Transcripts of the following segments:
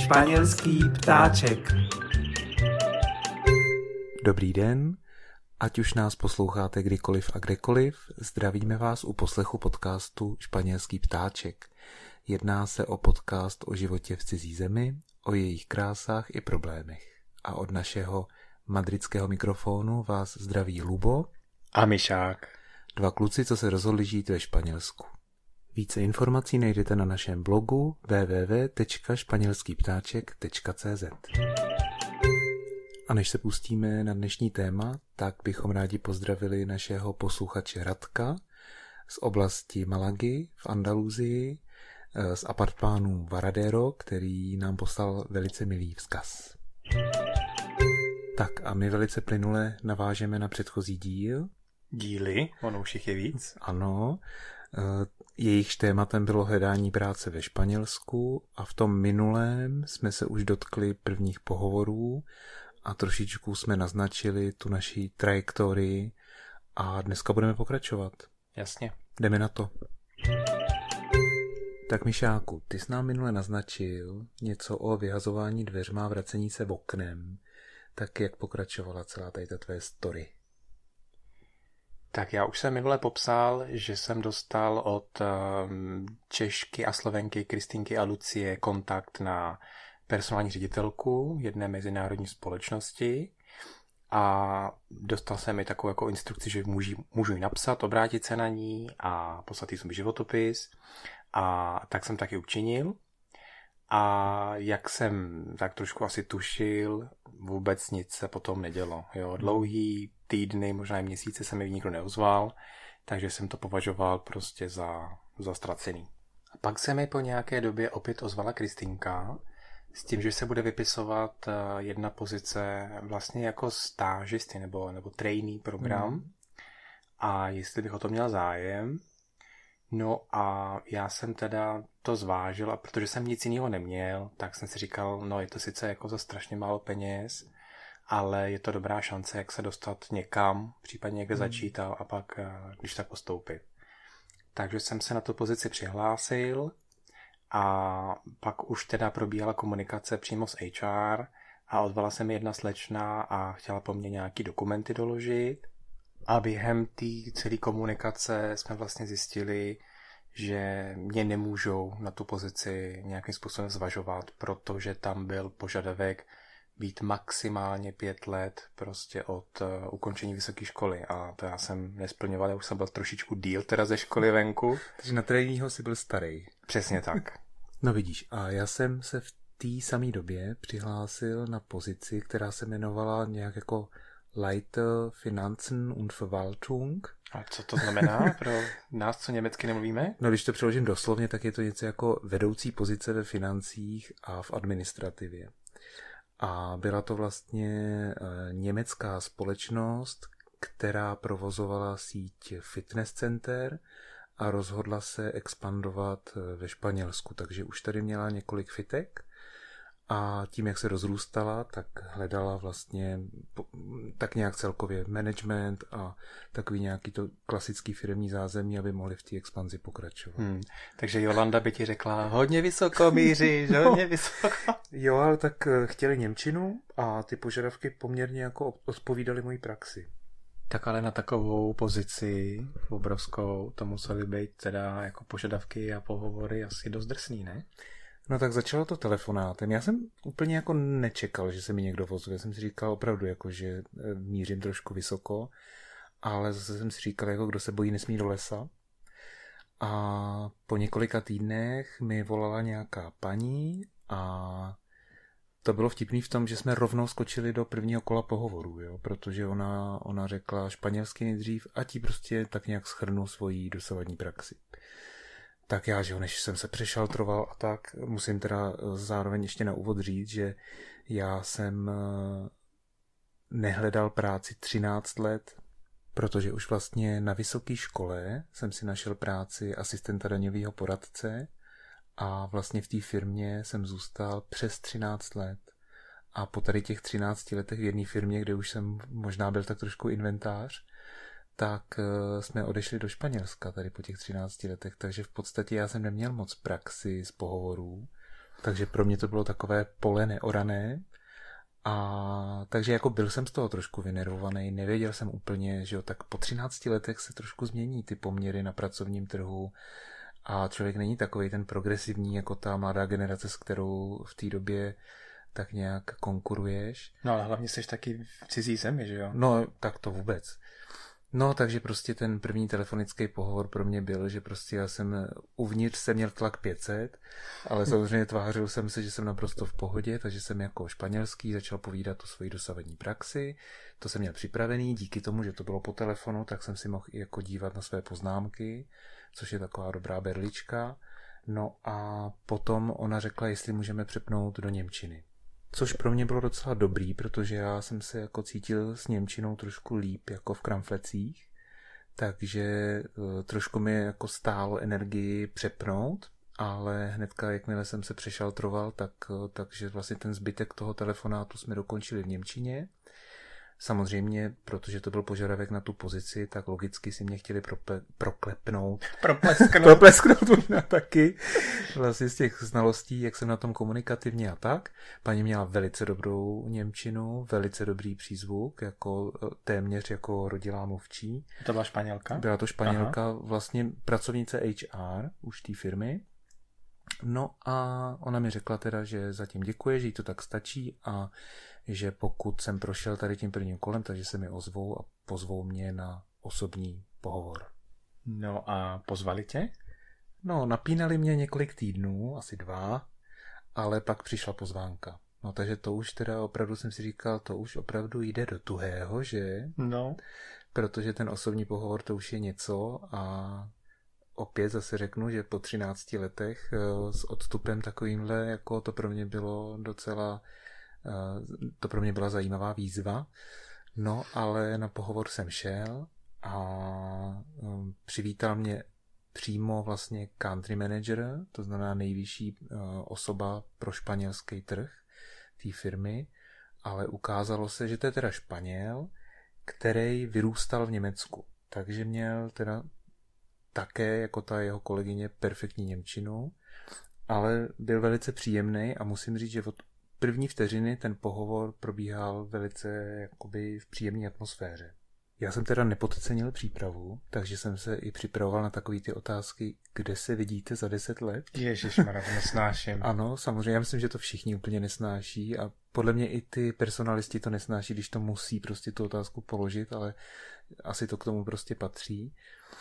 Španělský ptáček. Dobrý den, ať už nás posloucháte kdykoliv a kdekoliv, zdravíme vás u poslechu podcastu Španělský ptáček. Jedná se o podcast o životě v cizí zemi, o jejich krásách i problémech. A od našeho madridského mikrofonu vás zdraví Lubo a Mišák. Dva kluci, co se rozhodli žít ve Španělsku. Více informací najdete na našem blogu www.španělskýptáček.cz. A než se pustíme na dnešní téma, tak bychom rádi pozdravili našeho posluchače Radka z oblasti Malagy v Andaluzii, z apartmánu Varadero, který nám poslal velice milý vzkaz. Tak a my velice plynule navážeme na předchozí díly, ono už jich je víc. Ano, jejichž tématem bylo hledání práce ve Španělsku a v tom minulém jsme se už dotkli prvních pohovorů a trošičku jsme naznačili tu naší trajektorii a dneska budeme pokračovat. Jasně. Jdeme na to. Tak Mišáku, ty jsi nám minule naznačil něco o vyhazování dveřma a vracení se oknem. Tak jak pokračovala celá tady ta tvoje story? Tak já už jsem minule popsal, že jsem dostal od Češky a Slovenky Kristýnky a Lucie kontakt na personální ředitelku jedné mezinárodní společnosti a dostal jsem mi takovou jako instrukci, že můžu ji napsat, obrátit se na ní a poslat jí svůj životopis a tak jsem taky učinil. A jak jsem tak trošku asi tušil, vůbec nic se potom nedělo. Jo? Dlouhý týdny, možná i měsíce se mi nikdo neozval, takže jsem to považoval prostě za ztracený. A pak se mi po nějaké době opět ozvala Kristýnka s tím, že se bude vypisovat jedna pozice vlastně jako stážisty nebo trainee program a jestli bych o to měl zájem. No a já jsem teda to zvážil a protože jsem nic jiného neměl, tak jsem si říkal, no je to sice jako za strašně málo peněz, ale je to dobrá šance, jak se dostat někam, případně někde začít a pak, když tak postoupit. Takže jsem se na tu pozici přihlásil a pak už teda probíhala komunikace přímo s HR a ozvala se mi jedna slečna a chtěla po mně nějaký dokumenty doložit. A během té celé komunikace jsme vlastně zjistili, že mě nemůžou na tu pozici nějakým způsobem zvažovat, protože tam byl požadavek být maximálně 5 let prostě od ukončení vysoké školy a to já jsem nesplňoval, já už jsem byl trošičku díl teda ze školy venku. Takže na tréninku si byl starý. Přesně tak. No vidíš, a já jsem se v té samé době přihlásil na pozici, která se jmenovala nějak jako Leiter Finanzen und Verwaltung. A co to znamená pro nás, co německy nemluvíme? No, když to přeložím doslovně, tak je to něco jako vedoucí pozice ve financích a v administrativě. A byla to vlastně německá společnost, která provozovala síť fitness center a rozhodla se expandovat ve Španělsku. Takže už tady měla několik fitek. A tím, jak se rozrůstala, tak hledala vlastně tak nějak celkově management a takový nějaký to klasický firemní zázemí, aby mohli v té expanzi pokračovat. Takže Jolanda by ti řekla, hodně vysoko míříš, hodně vysoko. Jo, ale tak chtěli němčinu a ty požadavky poměrně jako odpovídaly mojí praxi. Tak ale na takovou pozici obrovskou to musely být teda jako požadavky a pohovory asi dost drsný, ne? No tak začalo to telefonátem. Já jsem úplně jako nečekal, že se mi někdo ozve. Jsem si říkal opravdu, jako, že mířím trošku vysoko, ale zase jsem si říkal, jako kdo se bojí, nesmí do lesa. A po několika týdnech mi volala nějaká paní a to bylo vtipný v tom, že jsme rovnou skočili do prvního kola pohovoru, jo? Protože ona řekla španělsky nejdřív a ti prostě tak nějak shrnu svoji dosavadní praxi. Tak já, že než jsem se přešaltroval a tak, musím teda zároveň ještě na úvod říct, že já jsem nehledal práci 13 let, protože už vlastně na vysoké škole jsem si našel práci asistenta daňového poradce a vlastně v té firmě jsem zůstal přes 13 let. A po tady těch 13 letech v jedné firmě, kde už jsem možná byl tak trošku inventář, tak jsme odešli do Španělska tady po těch 13 letech, takže v podstatě já jsem neměl moc praxi z pohovorů takže pro mě to bylo takové pole neorané. A takže jako byl jsem z toho trošku vynervovaný, nevěděl jsem úplně, že jo, tak po 13 letech se trošku změní ty poměry na pracovním trhu a člověk není takovej ten progresivní jako ta mladá generace, s kterou v té době tak nějak konkuruješ. No ale hlavně jsi taky v cizí zemi, že jo? No, tak to vůbec. No, takže prostě ten první telefonický pohovor pro mě byl, že prostě já jsem uvnitř jsem měl tlak 500, ale samozřejmě tvářil jsem se, že jsem naprosto v pohodě, takže jsem jako španělský začal povídat o svojí dosavadní praxi. To jsem měl připravený, díky tomu, že to bylo po telefonu, tak jsem si mohl i jako dívat na své poznámky, což je taková dobrá berlička. No a potom ona řekla, jestli můžeme přepnout do němčiny. Což pro mě bylo docela dobrý, protože já jsem se jako cítil s němčinou trošku líp jako v kramflecích, takže trošku mi jako stálo energii přepnout, ale hnedka, jakmile jsem se přešaltroval, takže vlastně ten zbytek toho telefonátu jsme dokončili v němčině. Samozřejmě, protože to byl požadavek na tu pozici, tak logicky si mě chtěli proplesknout možná taky. Vlastně z těch znalostí, jak jsem na tom komunikativně a tak. Paní měla velice dobrou němčinu, velice dobrý přízvuk, jako téměř jako rodilá mluvčí. To byla Španělka? Byla to Španělka, vlastně pracovnice HR už té firmy. No a ona mi řekla teda, že zatím děkuje, že jí to tak stačí a že pokud jsem prošel tady tím prvním kolem, takže se mi ozvou a pozvou mě na osobní pohovor. No a pozvali tě? No, napínali mě několik týdnů, asi 2, ale pak přišla pozvánka. No takže to už teda opravdu jsem si říkal, to už opravdu jde do tuhého, že? No. Protože ten osobní pohovor to už je něco a opět zase řeknu, že po 13 letech s odstupem takovýmhle, jako to pro mě bylo docela, to pro mě byla zajímavá výzva. No, ale na pohovor jsem šel a přivítal mě přímo vlastně country manager, to znamená nejvyšší osoba pro španělský trh té firmy, ale ukázalo se, že to je teda Španěl, který vyrůstal v Německu. Takže měl teda také jako ta jeho kolegyně perfektní němčinu, ale byl velice příjemný a musím říct, že od první vteřiny ten pohovor probíhal velice jakoby v příjemné atmosféře. Já jsem teda nepodcenil přípravu, takže jsem se i připravoval na takové ty otázky, kde se vidíte za 10 let. Ježišmarja, to nesnáším. Ano, samozřejmě, já myslím, že to všichni úplně nesnáší a podle mě i ty personalisti to nesnáší, když to musí prostě tu otázku položit, ale asi to k tomu prostě patří.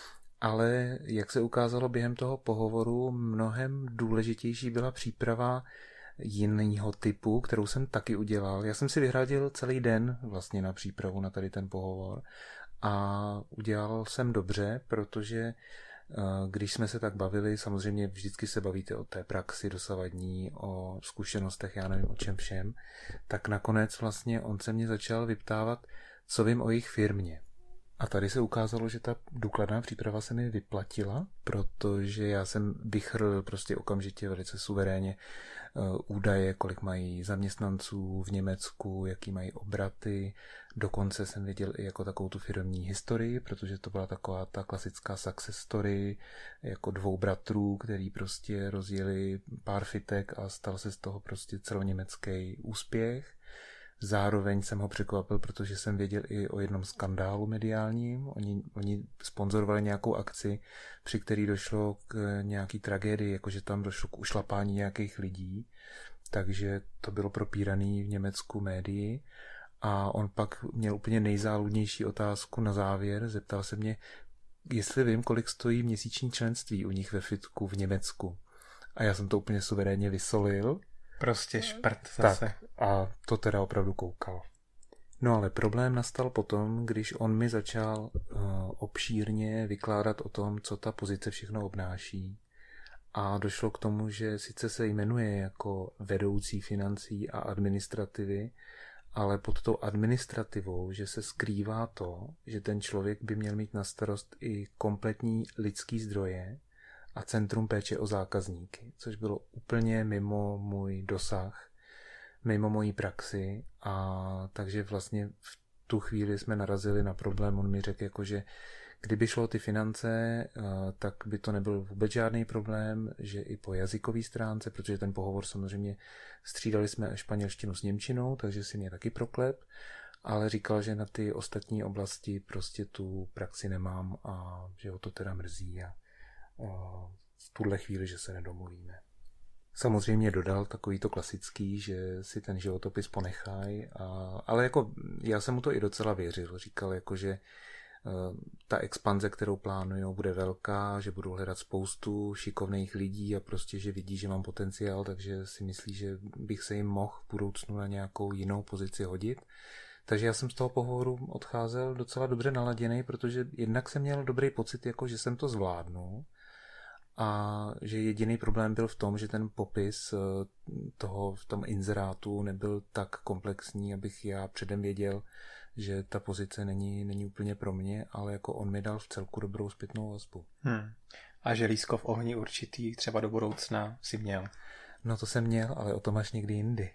Ale jak se ukázalo během toho pohovoru, mnohem důležitější byla příprava jiného typu, kterou jsem taky udělal. Já jsem si vyhradil celý den vlastně na přípravu na tady ten pohovor a udělal jsem dobře, protože když jsme se tak bavili, samozřejmě vždycky se bavíte o té praxi dosavadní, o zkušenostech, já nevím o čem všem, tak nakonec vlastně on se mě začal vyptávat, co vím o jejich firmě. A tady se ukázalo, že ta důkladná příprava se mi vyplatila, protože já jsem vychrlil prostě okamžitě velice suverénně údaje, kolik mají zaměstnanců v Německu, jaký mají obraty. Dokonce jsem věděl i jako takovou tu firmní historii, protože to byla taková ta klasická success story jako 2 bratrů, který prostě rozjeli pár fitek a stal se z toho prostě celoněmecký úspěch. Zároveň jsem ho překvapil, protože jsem věděl i o jednom skandálu mediálním. Oni sponzorovali nějakou akci, při který došlo k nějaký tragédii, jakože tam došlo k ušlapání nějakých lidí. Takže to bylo propírané v Německu médii. A on pak měl úplně nejzáludnější otázku na závěr. Zeptal se mě, jestli vím, kolik stojí měsíční členství u nich ve fitku v Německu. A já jsem to úplně suverénně vysolil. Prostě šprt zase. Tak, a to teda opravdu koukalo. No ale problém nastal potom, když on mi začal obšírně vykládat o tom, co ta pozice všechno obnáší. A došlo k tomu, že sice se jmenuje jako vedoucí financí a administrativy, ale pod tou administrativou, že se skrývá to, že ten člověk by měl mít na starost i kompletní lidský zdroje a centrum péče o zákazníky, což bylo úplně mimo můj dosah, mimo mojí praxi a takže vlastně v tu chvíli jsme narazili na problém. On mi řekl, jako, že kdyby šlo o ty finance, tak by to nebyl vůbec žádný problém, že i po jazykové stránce, protože ten pohovor samozřejmě střídali jsme španělštinu s němčinou, takže si mě taky proklep, ale říkal, že na ty ostatní oblasti prostě tu praxi nemám a že ho to teda mrzí a v tuhle chvíli, že se nedomluvíme. Samozřejmě dodal takový to klasický, že si ten životopis ponechají, ale jako já jsem mu to i docela věřil. Říkal, jako, že ta expanze, kterou plánujou, bude velká, že budou hledat spoustu šikovných lidí a prostě, že vidí, že mám potenciál, takže si myslí, že bych se jim mohl v budoucnu na nějakou jinou pozici hodit. Takže já jsem z toho pohovoru odcházel docela dobře naladěný, protože jednak jsem měl dobrý pocit, jako, že jsem to zvládnul, a že jediný problém byl v tom, že ten popis toho v tom inzerátu nebyl tak komplexní, abych já předem věděl, že ta pozice není úplně pro mě, ale jako on mi dal v celku dobrou zpětnou vazbu. A želízko v ohni určitý třeba do budoucna si měl? No to jsem měl, ale o tom až někdy jindy.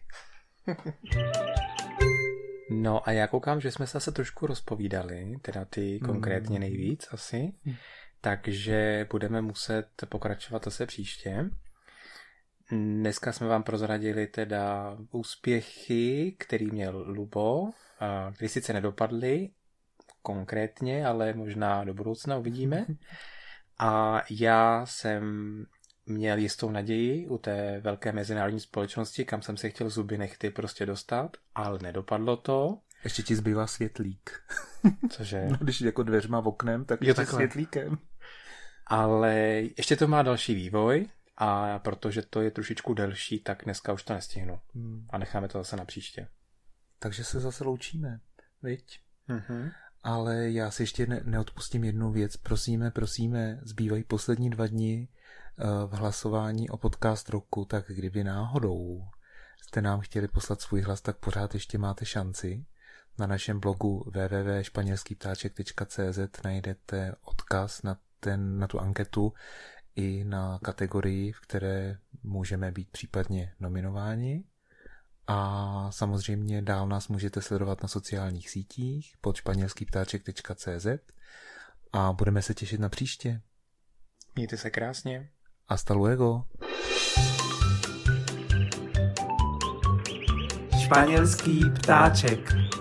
No a já koukám, že jsme se zase trošku rozpovídali, teda ty konkrétně nejvíc asi. Takže budeme muset pokračovat zase příště. Dneska jsme vám prozradili teda úspěchy, který měl Lubo, který sice nedopadly konkrétně, ale možná do budoucna uvidíme. A já jsem měl jistou naději u té velké mezinárodní společnosti, kam jsem se chtěl zuby nechty prostě dostat, ale nedopadlo to. Ještě ti zbývá světlík. Cože? No, když jako dveřma v oknem, tak je světlíkem. Ale ještě to má další vývoj a protože to je trošičku delší, tak dneska už to nestihnu. A necháme to zase na příště. Takže se zase loučíme, viď? Mm-hmm. Ale já si ještě neodpustím jednu věc. Prosíme, zbývají poslední 2 dny v hlasování o podcast roku, tak kdyby náhodou jste nám chtěli poslat svůj hlas, tak pořád ještě máte šanci. Na našem blogu www.španělskýptáček.cz najdete odkaz na tu anketu i na kategorii, v které můžeme být případně nominováni. A samozřejmě dál nás můžete sledovat na sociálních sítích pod španělskýptáček.cz a budeme se těšit na příště. Mějte se krásně. Hasta luego. Španělský ptáček.